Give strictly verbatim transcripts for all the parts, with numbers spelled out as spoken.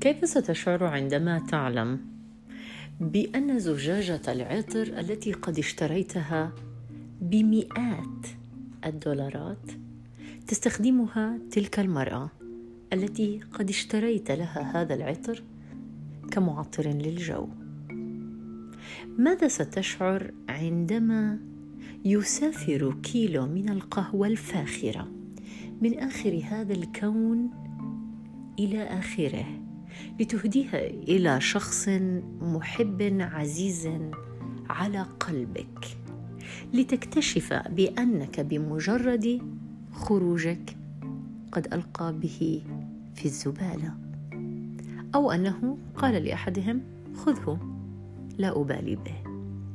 كيف ستشعر عندما تعلم بأن زجاجة العطر التي قد اشتريتها بمئات الدولارات تستخدمها تلك المرأة التي قد اشتريت لها هذا العطر كمعطر للجو؟ ماذا ستشعر عندما يسافر كيلو من القهوة الفاخرة من آخر هذا الكون إلى آخره لتهديها إلى شخص محب عزيز على قلبك، لتكتشف بأنك بمجرد خروجك قد ألقى به في الزبالة، أو أنه قال لأحدهم خذه لا أبالي به؟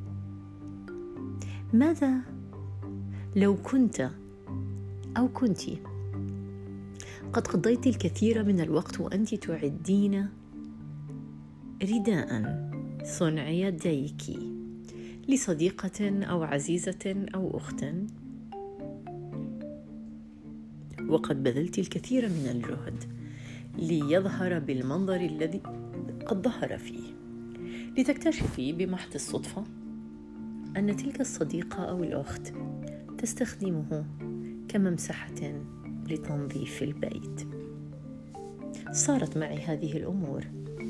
ماذا لو كنت أو كنت قد قضيت الكثير من الوقت وأنت تعدين رداء صنع يديك لصديقة أو عزيزة أو أخت، وقد بذلت الكثير من الجهد ليظهر بالمنظر الذي قد ظهر فيه، لتكتشفي بمحض الصدفة أن تلك الصديقة أو الأخت تستخدمه كممسحة لتنظيف البيت. صارت معي هذه الأمور،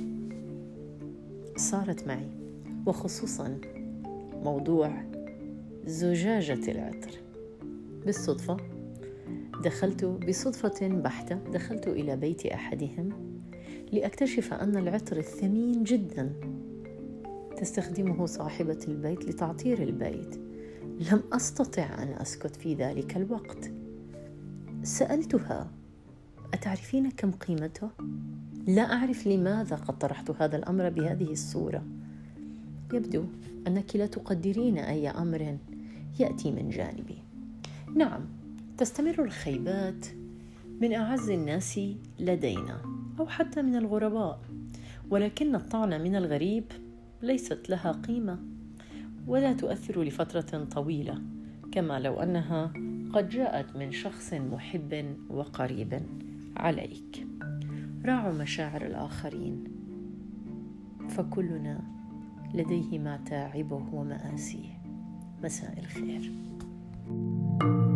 صارت معي، وخصوصا موضوع زجاجة العطر. بالصدفة دخلت بصدفة بحتة دخلت إلى بيت أحدهم لأكتشف أن العطر الثمين جدا تستخدمه صاحبة البيت لتعطير البيت. لم أستطع أن أسكت في ذلك الوقت. سألتها أتعرفين كم قيمته؟ لا أعرف لماذا قد طرحت هذا الأمر بهذه الصورة. يبدو أنك لا تقدرين أي أمر يأتي من جانبي. نعم، تستمر الخيبات من أعز الناس لدينا أو حتى من الغرباء، ولكن الطعنة من الغريب ليست لها قيمة ولا تؤثر لفترة طويلة، كما لو أنها قد جاءت من شخص محب وقريب عليك. راعوا مشاعر الآخرين، فكلنا لديه متاعبه ومآسيه. مساء الخير.